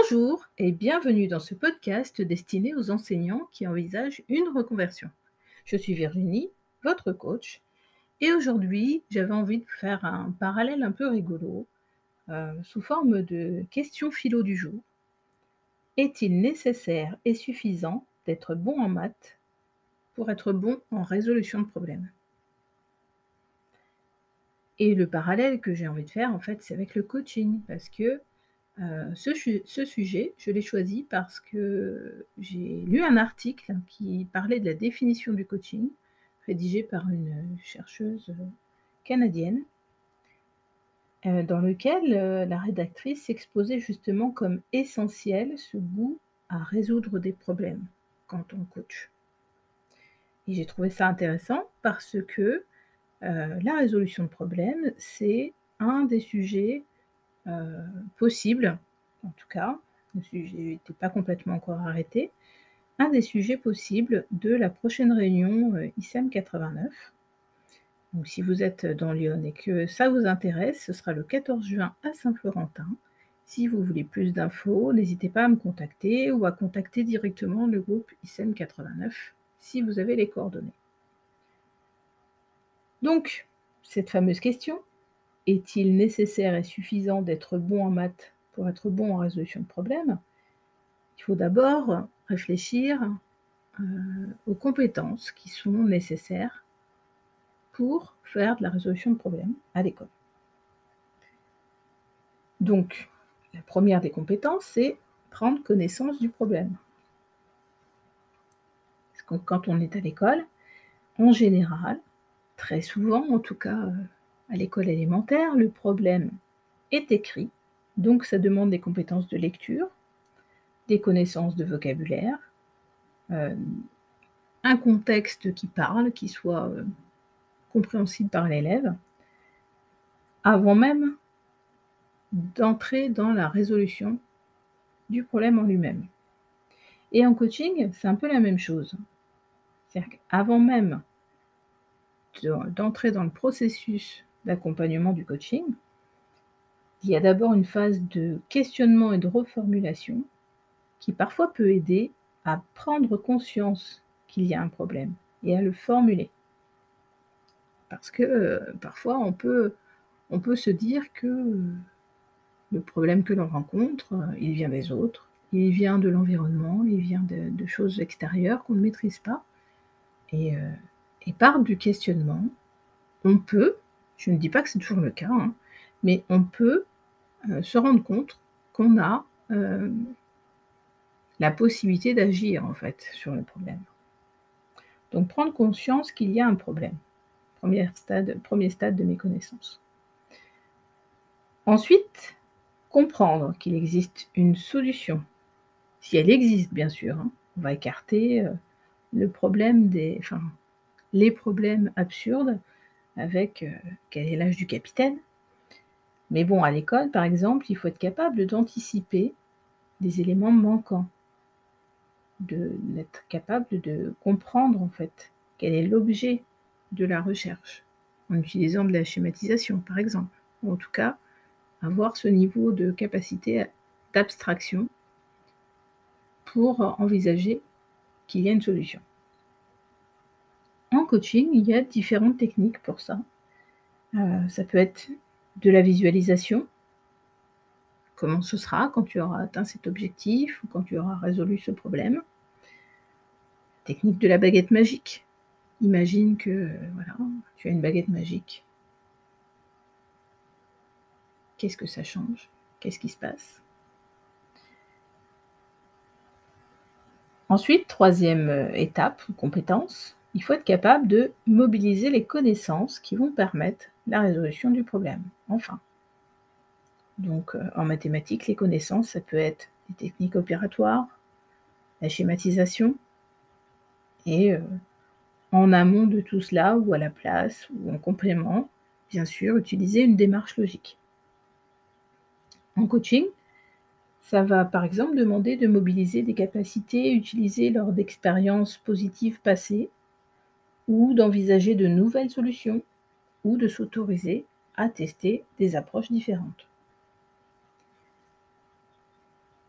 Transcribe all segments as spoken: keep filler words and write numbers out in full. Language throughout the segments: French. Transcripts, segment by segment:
Bonjour et bienvenue dans ce podcast destiné aux enseignants qui envisagent une reconversion. Je suis Virginie, votre coach, et aujourd'hui j'avais envie de faire un parallèle un peu rigolo euh, sous forme de question philo du jour. Est-il nécessaire et suffisant d'être bon en maths pour être bon en résolution de problèmes? Et le parallèle que j'ai envie de faire en fait c'est avec le coaching parce que Heu, ce chu ce sujet, je l'ai choisi parce que j'ai lu un article qui parlait de la définition du coaching, rédigé par une, chercheuse, heu, canadienne, heu, dans lequel, heu, la rédactrice exposait justement comme essentiel ce goût à résoudre des problèmes quand on coach. Et j'ai trouvé ça intéressant parce que, heu, la résolution de problèmes, c'est un des sujets Heu, possible, en tout cas, le sujet n'était pas complètement encore arrêté. Un des sujets possibles de la prochaine réunion, heu, I C E M quatre-vingt-neuf. Donc si vous êtes dans Lyon et que ça vous intéresse, ce sera le quatorze juin à Saint-Florentin. Si vous voulez plus d'infos, n'hésitez pas à me contacter ou à contacter directement le groupe I C E M quatre-vingt-neuf si vous avez les coordonnées. Donc, cette fameuse question: est-il nécessaire et suffisant d'être bon en maths pour être bon en résolution de problèmes? Il faut d'abord réfléchir, heu, aux compétences qui sont nécessaires pour faire de la résolution de problèmes à l'école. Donc, la première des compétences, c'est prendre connaissance du problème. Parce que quand on est à l'école, en général, très souvent en tout cas, heu, à l'école élémentaire, le problème est écrit, donc ça demande des compétences de lecture, des connaissances de vocabulaire, hem, un contexte qui parle, qui soit, heu, compréhensible par l'élève, avant même d'entrer dans la résolution du problème en lui-même. Et en coaching, c'est un peu la même chose. C'est-à-dire qu'avant même de d'entrer dans le processus d'accompagnement du coaching, il y a d'abord une phase de questionnement et de reformulation qui parfois peut aider à prendre conscience qu'il y a un problème et à le formuler. Parce que, heu, parfois on peut on peut se dire que, heu, le problème que l'on rencontre, heu, il vient des autres, il vient de l'environnement, il vient de de choses extérieures qu'on ne maîtrise pas et heu et par du questionnement, on peut, je ne dis pas que c'est toujours le cas, hein, mais on peut, heu, se rendre compte qu'on a, hem, la possibilité d'agir en fait sur le problème. Donc prendre conscience qu'il y a un problème. Première stade premier stade de méconnaissance. Ensuite, comprendre qu'il existe une solution. Si elle existe bien sûr, hein, on va écarter, heu, le problème des enfin, les problèmes absurdes avec, heu, quel est l'âge du capitaine? Mais bon, à l'école, par exemple, il faut être capable d'anticiper des éléments manquants, de d'être capable de comprendre, en fait, quel est l'objet de la recherche, en utilisant de la schématisation, par exemple, ou en tout cas, avoir ce niveau de capacité à d'abstraction pour envisager qu'il y a une solution. En coaching, il y a différentes techniques pour ça. Heu, ça peut être de la visualisation. Comment ce sera quand tu auras atteint cet objectif ou quand tu auras résolu ce problème. Technique de la baguette magique. Imagine que, heu, voilà, tu as une baguette magique. Qu'est-ce que ça change? Qu'est-ce qui se passe? Ensuite, troisième e étape ou compétence, il faut être capable de mobiliser les connaissances qui vont permettre la résolution du problème, enfin. Donc, heu, en mathématiques, les connaissances, ça peut être les techniques opératoires, la schématisation et heu, en amont de tout cela ou à la place ou en complément, bien sûr, utiliser une démarche logique. En coaching, ça va par exemple demander de mobiliser des capacités utilisées lors d'expériences positives passées ou d'envisager de nouvelles solutions ou de s'autoriser à tester des approches différentes.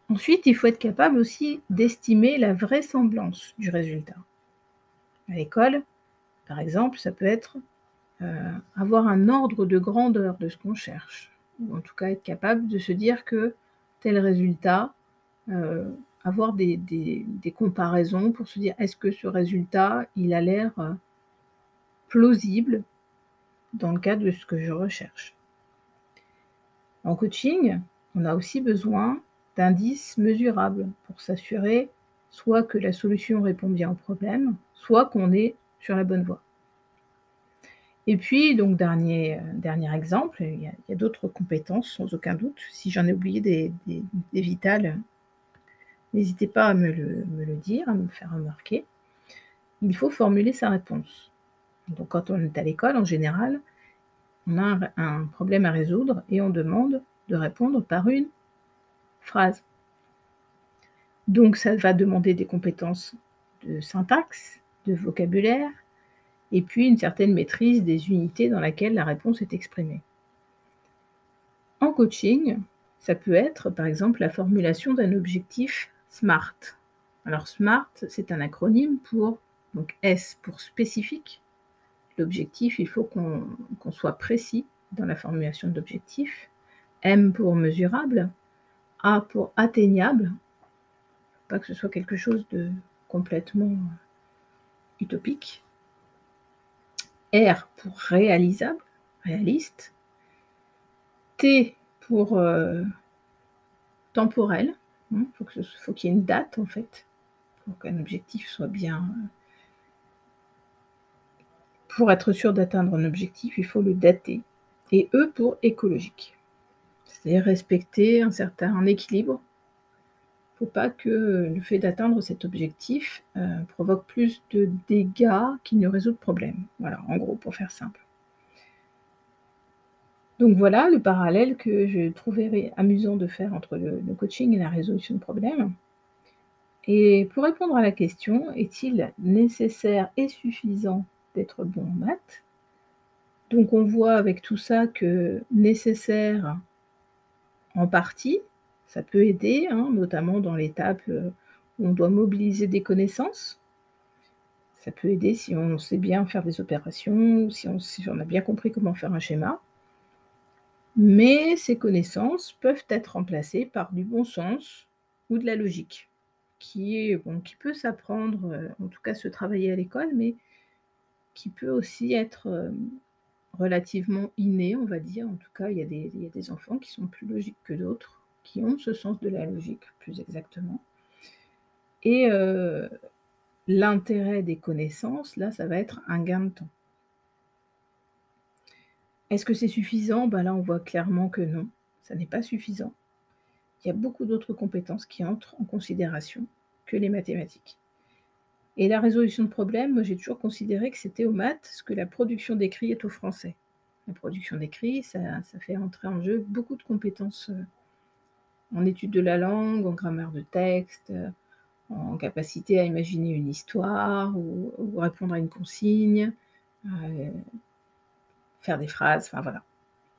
Ensuite, il faut être capable aussi d'estimer la vraisemblance du résultat. À l'école, par exemple, ça peut être, heu, avoir un ordre de grandeur de ce qu'on cherche ou en tout cas être capable de se dire que tel résultat, heu, avoir des des des comparaisons pour se dire: «Est-ce que ce résultat, il a l'air, heu, plausible dans le cadre de ce que je recherche?» En coaching, on a aussi besoin d'indices mesurables pour s'assurer soit que la solution répond bien au problème, soit qu'on est sur la bonne voie. Et puis donc dernier, heu, dernier exemple, il y a il y a d'autres compétences sans aucun doute. Si j'en ai oublié des des des vitales, n'hésitez pas à me le me le dire, à me le faire remarquer. Il faut formuler sa réponse. Donc quand on est à l'école, en général, on a un r un problème à résoudre et on demande de répondre par une phrase. Donc ça va demander des compétences de syntaxe, de vocabulaire et puis une certaine maîtrise des unités dans laquelle la réponse est exprimée. En coaching, ça peut être, par exemple, la formulation d'un objectif SMART. Alors SMART, c'est un acronyme pour donc S pour spécifique. L'objectif, il faut qu'on qu'on soit précis dans la formulation de l'objectif. M pour mesurable, A pour atteignable, pas que ce soit quelque chose de complètement utopique. R pour réalisable, réaliste. T pour, heu, temporel, mmh, faut que ce faut qu'il y ait une date en fait, pour qu'un objectif soit bien, heu pour être sûr d'atteindre un objectif, il faut le dater et E pour écologique. C'est-à-dire respecter un certain un équilibre. Faut pas que le fait d'atteindre cet objectif, heu, provoque plus de dégâts qu'il ne résout de problèmes. Voilà, en gros, pour faire simple. Donc voilà le parallèle que je trouverais amusant de faire entre le le coaching et la résolution de problèmes. Et pour répondre à la question: «Est-il nécessaire et suffisant d'être bon en maths?» Donc on voit avec tout ça que nécessaire en partie, ça peut aider, hein, notamment dans l'étape, heu, où on doit mobiliser des connaissances. Ça peut aider si on sait bien faire des opérations ou si on si on a bien compris comment faire un schéma. Mais ces connaissances peuvent être remplacées par du bon sens ou de la logique, qui est bon, qui peut s'apprendre, heu, en tout cas se travailler à l'école, mais qui peut aussi être, hem, relativement inné, on va dire. En tout cas, il y a des il y a des enfants qui sont plus logiques que d'autres, qui ont ce sens de la logique, plus exactement. Et heu, l'intérêt des connaissances, là, ça va être un gain de temps. Est-ce que c'est suffisant? Bah, là, on voit clairement que non, ça n'est pas suffisant. Il y a beaucoup d'autres compétences qui entrent en considération que les mathématiques. Et la résolution de problèmes, moi, j'ai toujours considéré que c'était aux maths ce que la production d'écrit est au français. La production d'écrit, ça ça fait entrer en jeu beaucoup de compétences, heu, en étude de la langue, en grammaire de texte, heu, en capacité à imaginer une histoire ou ou répondre à une consigne, heu, faire des phrases, enfin voilà.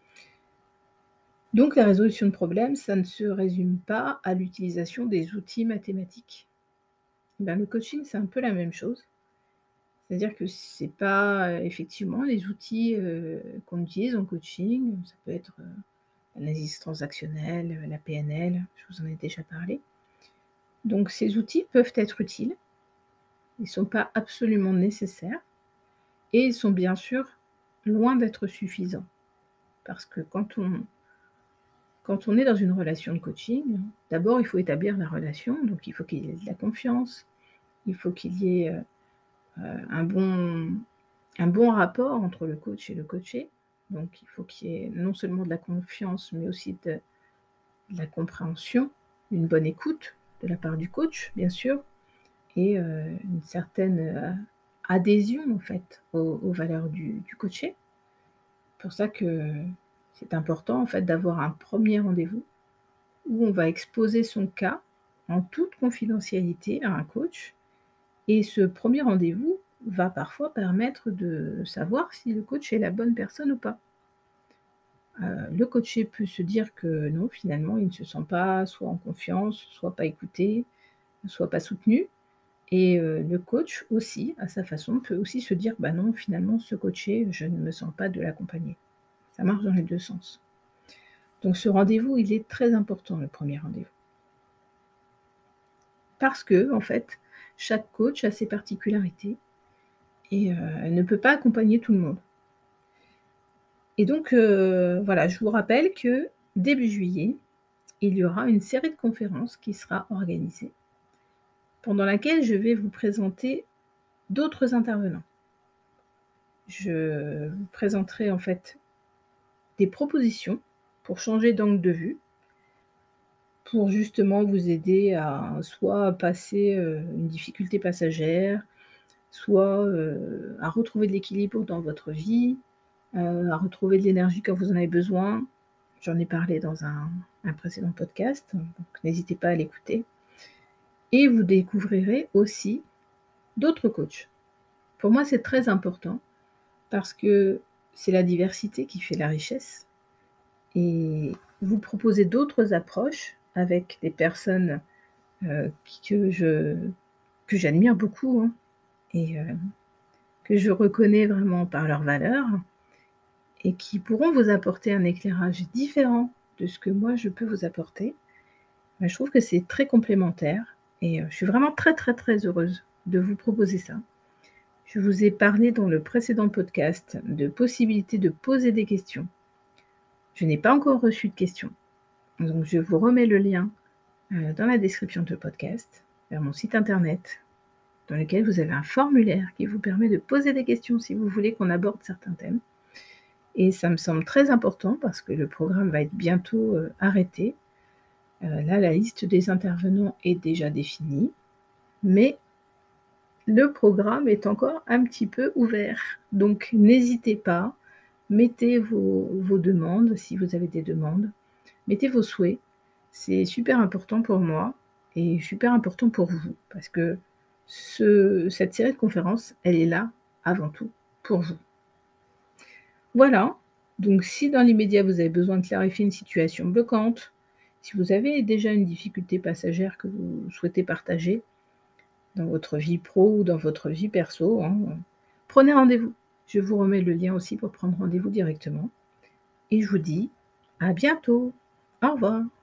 Donc la résolution de problèmes, ça ne se résume pas à l'utilisation des outils mathématiques. Ben, le coaching, c'est un peu la même chose. C'est-à-dire que c'est pas, heu, effectivement les outils, heu, qu'on utilise en coaching, ça peut être, heu, l'analyse transactionnelle, heu, la P N L, je vous en ai déjà parlé. Donc ces outils peuvent être utiles, ils sont pas absolument nécessaires et ils sont bien sûr loin d'être suffisants. Parce que quand on quand on est dans une relation de coaching, d'abord il faut établir la relation, donc il faut qu'il y ait de la confiance, il faut qu'il y ait, heu heu, un bon un bon rapport entre le coach et le coaché. Donc il faut qu'il y ait non seulement de la confiance, mais aussi de de la compréhension, une bonne écoute de la part du coach, bien sûr et heu, une certaine, heu, adhésion en fait aux aux valeurs du du coaché. Pour ça que c'est important en fait d'avoir un premier rendez-vous où on va exposer son cas en toute confidentialité à un coach et ce premier rendez-vous va parfois permettre de savoir si le coach est la bonne personne ou pas. heu, le coaché peut se dire que non, finalement, il ne se sent pas soit en confiance, soit pas écouté, soit pas soutenu et heu, le coach aussi, à sa façon, peut aussi se dire: «Bah non, finalement, ce coaché, je ne me sens pas de l'accompagner». Ça marche dans les deux sens. Donc ce rendez-vous, il est très important, le premier rendez-vous. Parce que en fait, chaque coach a ses particularités et heu, elle ne peut pas accompagner tout le monde. Et donc heu, voilà, je vous rappelle que début juillet, il y aura une série de conférences qui sera organisée, pendant laquelle je vais vous présenter d'autres intervenants. Je vous présenterai en fait des propositions pour changer d'angle de vue, pour justement vous aider à soit passer, heu, une difficulté passagère, soit, heu, à retrouver de l'équilibre dans votre vie, heu, à retrouver de l'énergie quand vous en avez besoin. J'en ai parlé dans un un précédent podcast, donc n'hésitez pas à l'écouter et vous découvrirez aussi d'autres coachs. Pour moi, c'est très important parce que c'est la diversité qui fait la richesse et vous proposer d'autres approches avec des personnes, heu, qui que je que j'admire beaucoup, hein et heu, que je reconnais vraiment par leurs valeurs et qui pourront vous apporter un éclairage différent de ce que moi je peux vous apporter. Bah, je trouve que c'est très complémentaire et heu, je suis vraiment très, très, très heureuse de vous proposer ça. Je vous ai parlé dans le précédent podcast de possibilité de poser des questions. Je n'ai pas encore reçu de questions, donc je vous remets le lien, heu, dans la description de podcast, vers mon site internet, dans lequel vous avez un formulaire qui vous permet de poser des questions si vous voulez qu'on aborde certains thèmes et ça me semble très important parce que le programme va être bientôt, heu, arrêté. Heu, là, la liste des intervenants est déjà définie, mais le programme est encore un petit peu ouvert. Donc n'hésitez pas, mettez vos vos demandes si vous avez des demandes, mettez vos souhaits. C'est super important pour moi et super important pour vous parce que ce cette série de conférences, elle est là avant tout pour vous. Voilà, donc si dans l'immédiat vous avez besoin de clarifier une situation bloquante, si vous avez déjà une difficulté passagère que vous souhaitez partager dans votre vie pro ou dans votre vie perso, hein, heu, prenez rendez-vous. Je vous remets le lien aussi pour prendre rendez-vous directement et je vous dis à bientôt. Au revoir.